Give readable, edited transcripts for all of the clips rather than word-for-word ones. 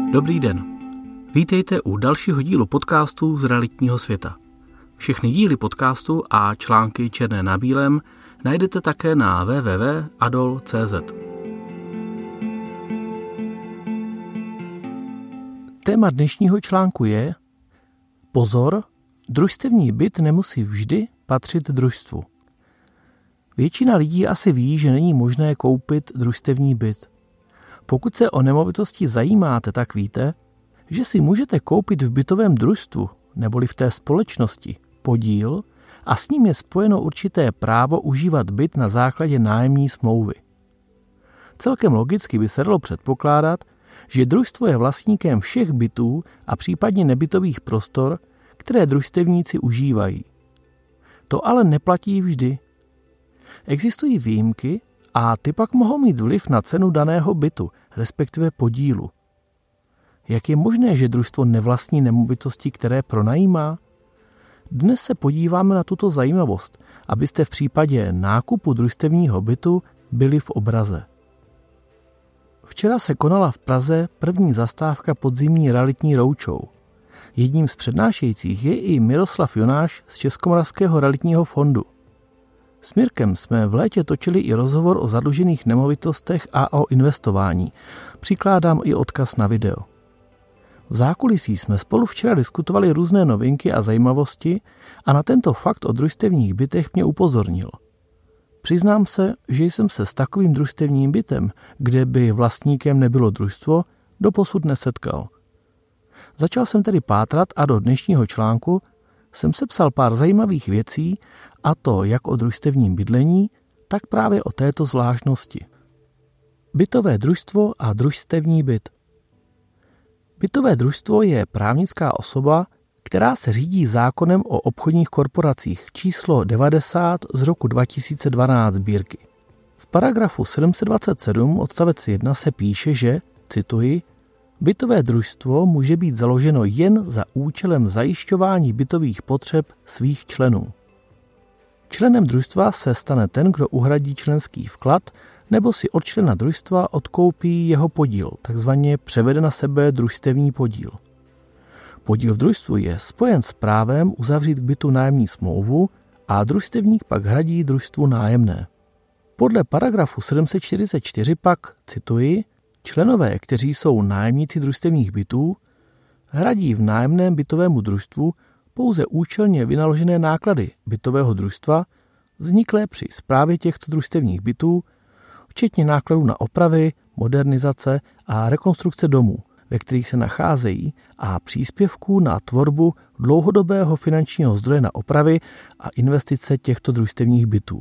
Dobrý den. Vítejte u dalšího dílu podcastu z realitního světa. Všechny díly podcastu a články černé na bílém najdete také na www.adol.cz. Téma dnešního článku je: pozor, družstevní byt nemusí vždy patřit družstvu. Většina lidí asi ví, že není možné koupit družstevní byt. Pokud se o nemovitosti zajímáte, tak víte, že si můžete koupit v bytovém družstvu neboli v té společnosti podíl a s ním je spojeno určité právo užívat byt na základě nájemní smlouvy. Celkem logicky by se dalo předpokládat, že družstvo je vlastníkem všech bytů a případně nebytových prostor, které družstevníci užívají. To ale neplatí vždy. Existují výjimky a ty pak mohou mít vliv na cenu daného bytu, respektive podílu. Jak je možné, že družstvo nevlastní nemovitosti, které pronajímá? Dnes se podíváme na tuto zajímavost, abyste v případě nákupu družstevního bytu byli v obraze. Včera se konala v Praze první zastávka podzimní realitní roadshow. Jedním z přednášejících je i Miroslav Jonáš z Českomoravského realitního fondu. S Mirkem jsme v létě točili i rozhovor o zadlužených nemovitostech a o investování. Přikládám i odkaz na video. V zákulisí jsme spolu včera diskutovali různé novinky a zajímavosti a na tento fakt o družstevních bytech mě upozornil. Přiznám se, že jsem se s takovým družstevním bytem, kde by vlastníkem nebylo družstvo, doposud nesetkal. Začal jsem tedy pátrat a do dnešního článku jsem sepsal pár zajímavých věcí, a to jak o družstevním bydlení, tak právě o této zvláštnosti. Bytové družstvo a družstevní byt. Bytové družstvo je právnická osoba, která se řídí zákonem o obchodních korporacích číslo 90 z roku 2012 sbírky. V paragrafu 727 odstavec 1 se píše, že, cituji, bytové družstvo může být založeno jen za účelem zajišťování bytových potřeb svých členů. Členem družstva se stane ten, kdo uhradí členský vklad nebo si od člena družstva odkoupí jeho podíl, takzvaně převede na sebe družstevní podíl. Podíl v družstvu je spojen s právem uzavřít k bytu nájemní smlouvu a družstevník pak hradí družstvu nájemné. Podle paragrafu 744 pak, cituji, členové, kteří jsou nájemníci družstevních bytů, hradí v nájemném bytovému družstvu pouze účelně vynaložené náklady bytového družstva vzniklé při správě těchto družstevních bytů, včetně nákladů na opravy, modernizace a rekonstrukce domů, ve kterých se nacházejí, a příspěvků na tvorbu dlouhodobého finančního zdroje na opravy a investice těchto družstevních bytů.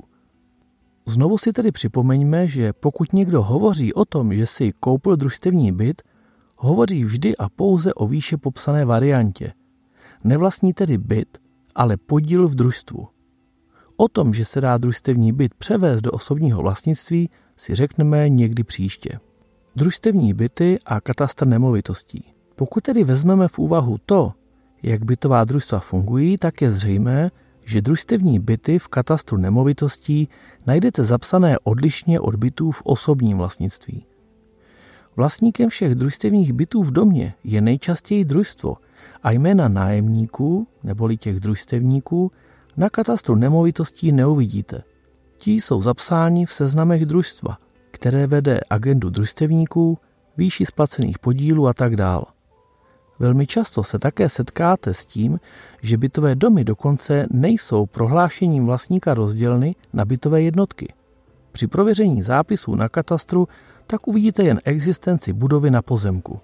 Znovu si tedy připomeňme, že pokud někdo hovoří o tom, že si koupil družstevní byt, hovoří vždy a pouze o výše popsané variantě. Nevlastní tedy byt, ale podíl v družstvu. O tom, že se dá družstevní byt převést do osobního vlastnictví, si řekneme někdy příště. Družstevní byty a katastr nemovitostí. Pokud tedy vezmeme v úvahu to, jak bytová družstva fungují, tak je zřejmé, že družstevní byty v katastru nemovitostí najdete zapsané odlišně od bytů v osobním vlastnictví. Vlastníkem všech družstevních bytů v domě je nejčastěji družstvo a jména nájemníků, neboli těch družstevníků, na katastru nemovitostí neuvidíte. Ti jsou zapsáni v seznamech družstva, které vede agendu družstevníků, výši splacených podílů a tak dál. Velmi často se také setkáte s tím, že bytové domy dokonce nejsou prohlášením vlastníka rozděleny na bytové jednotky. Při prověření zápisů na katastru tak uvidíte jen existenci budovy na pozemku.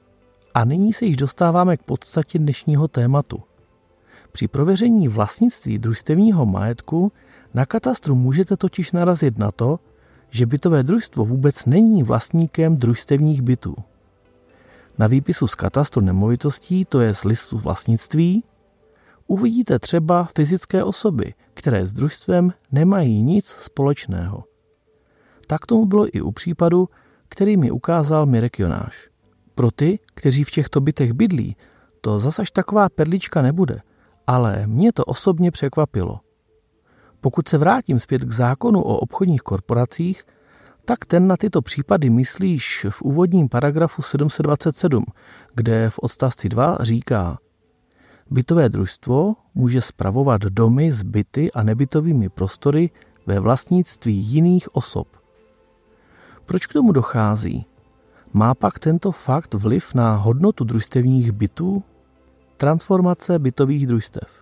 A nyní se již dostáváme k podstatě dnešního tématu. Při prověření vlastnictví družstevního majetku na katastru můžete totiž narazit na to, že bytové družstvo vůbec není vlastníkem družstevních bytů. Na výpisu z katastru nemovitostí, to je z listu vlastnictví, uvidíte třeba fyzické osoby, které s družstvem nemají nic společného. Tak tomu bylo i u případu, který mi ukázal Mirek Jonáš. Pro ty, kteří v těchto bytech bydlí, to zas až taková perlička nebude, ale mě to osobně překvapilo. Pokud se vrátím zpět k zákonu o obchodních korporacích, tak ten na tyto případy myslíš v úvodním paragrafu 727, kde v odstavci 2 říká: bytové družstvo může spravovat domy s byty a nebytovými prostory ve vlastnictví jiných osob. Proč k tomu dochází? Má pak tento fakt vliv na hodnotu družstevních bytů? Transformace bytových družstev.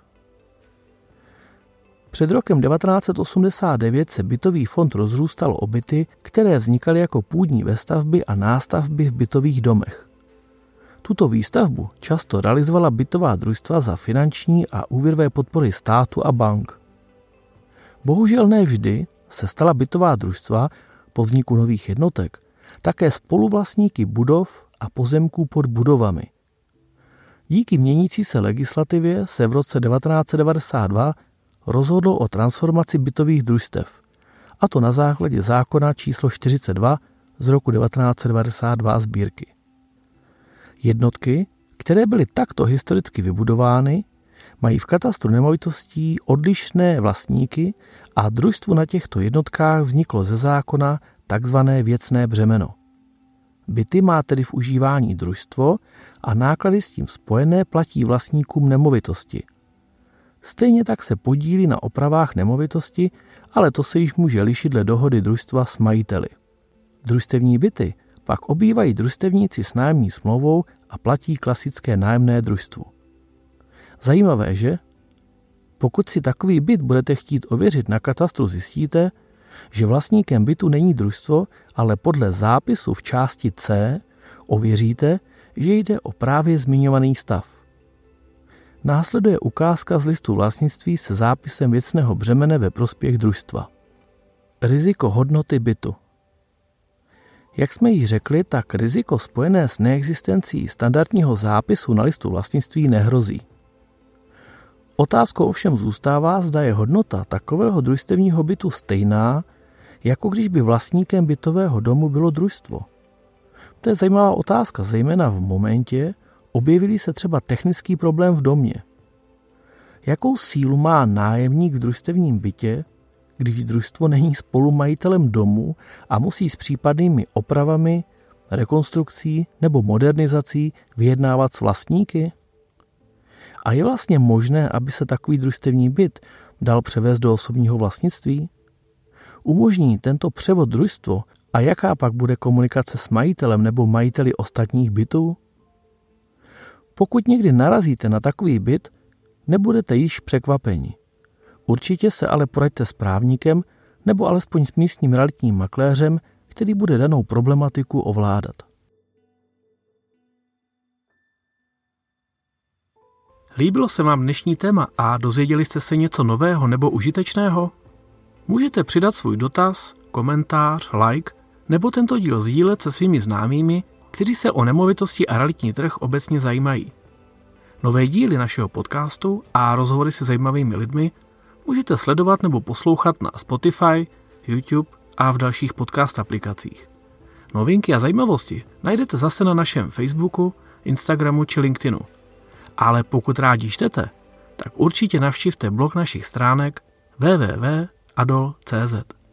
Před rokem 1989 se bytový fond rozrůstal o byty, které vznikaly jako půdní vestavby a nástavby v bytových domech. Tuto výstavbu často realizovala bytová družstva za finanční a úvěrové podpory státu a bank. Bohužel ne vždy se stala bytová družstva po vzniku nových jednotek také spoluvlastníky budov a pozemků pod budovami. Díky měnící se legislativě se v roce 1992 rozhodlo o transformaci bytových družstev, a to na základě zákona číslo 42 z roku 1992 sbírky. Jednotky, které byly takto historicky vybudovány, mají v katastru nemovitostí odlišné vlastníky a družstvu na těchto jednotkách vzniklo ze zákona takzvané věcné břemeno. Byty má tedy v užívání družstvo a náklady s tím spojené platí vlastníkům nemovitosti. Stejně tak se podílí na opravách nemovitosti, ale to se již může lišit dle dohody družstva s majiteli. Družstevní byty pak obývají družstevníci s nájemní smlouvou a platí klasické nájemné družstvu. Zajímavé, že? Pokud si takový byt budete chtít ověřit na katastru, zjistíte, že vlastníkem bytu není družstvo, ale podle zápisu v části C ověříte, že jde o právě zmiňovaný stav. Následuje ukázka z listu vlastnictví se zápisem věcného břemene ve prospěch družstva. Riziko hodnoty bytu. Jak jsme již řekli, tak riziko spojené s neexistencí standardního zápisu na listu vlastnictví nehrozí. Otázkou ovšem zůstává, zda je hodnota takového družstevního bytu stejná, jako když by vlastníkem bytového domu bylo družstvo. To je zajímavá otázka, zejména v momentě, objevil se třeba technický problém v domě. Jakou sílu má nájemník v družstevním bytě, když družstvo není spolumajitelem domu a musí s případnými opravami, rekonstrukcí nebo modernizací vyjednávat s vlastníky? A je vlastně možné, aby se takový družstevní byt dal převést do osobního vlastnictví? Umožní tento převod družstvo a jaká pak bude komunikace s majitelem nebo majiteli ostatních bytů? Pokud někdy narazíte na takový byt, nebudete již překvapeni. Určitě se ale poraďte s právníkem nebo alespoň s místním realitním makléřem, který bude danou problematiku ovládat. Líbilo se vám dnešní téma a dozvěděli jste se něco nového nebo užitečného? Můžete přidat svůj dotaz, komentář, like nebo tento díl sdílet se svými známými, kteří se o nemovitosti a realitní trh obecně zajímají. Nové díly našeho podcastu a rozhovory se zajímavými lidmi můžete sledovat nebo poslouchat na Spotify, YouTube a v dalších podcast aplikacích. Novinky a zajímavosti najdete zase na našem Facebooku, Instagramu či LinkedInu. Ale pokud rádi čtete, tak určitě navštivte blog našich stránek www.adol.cz.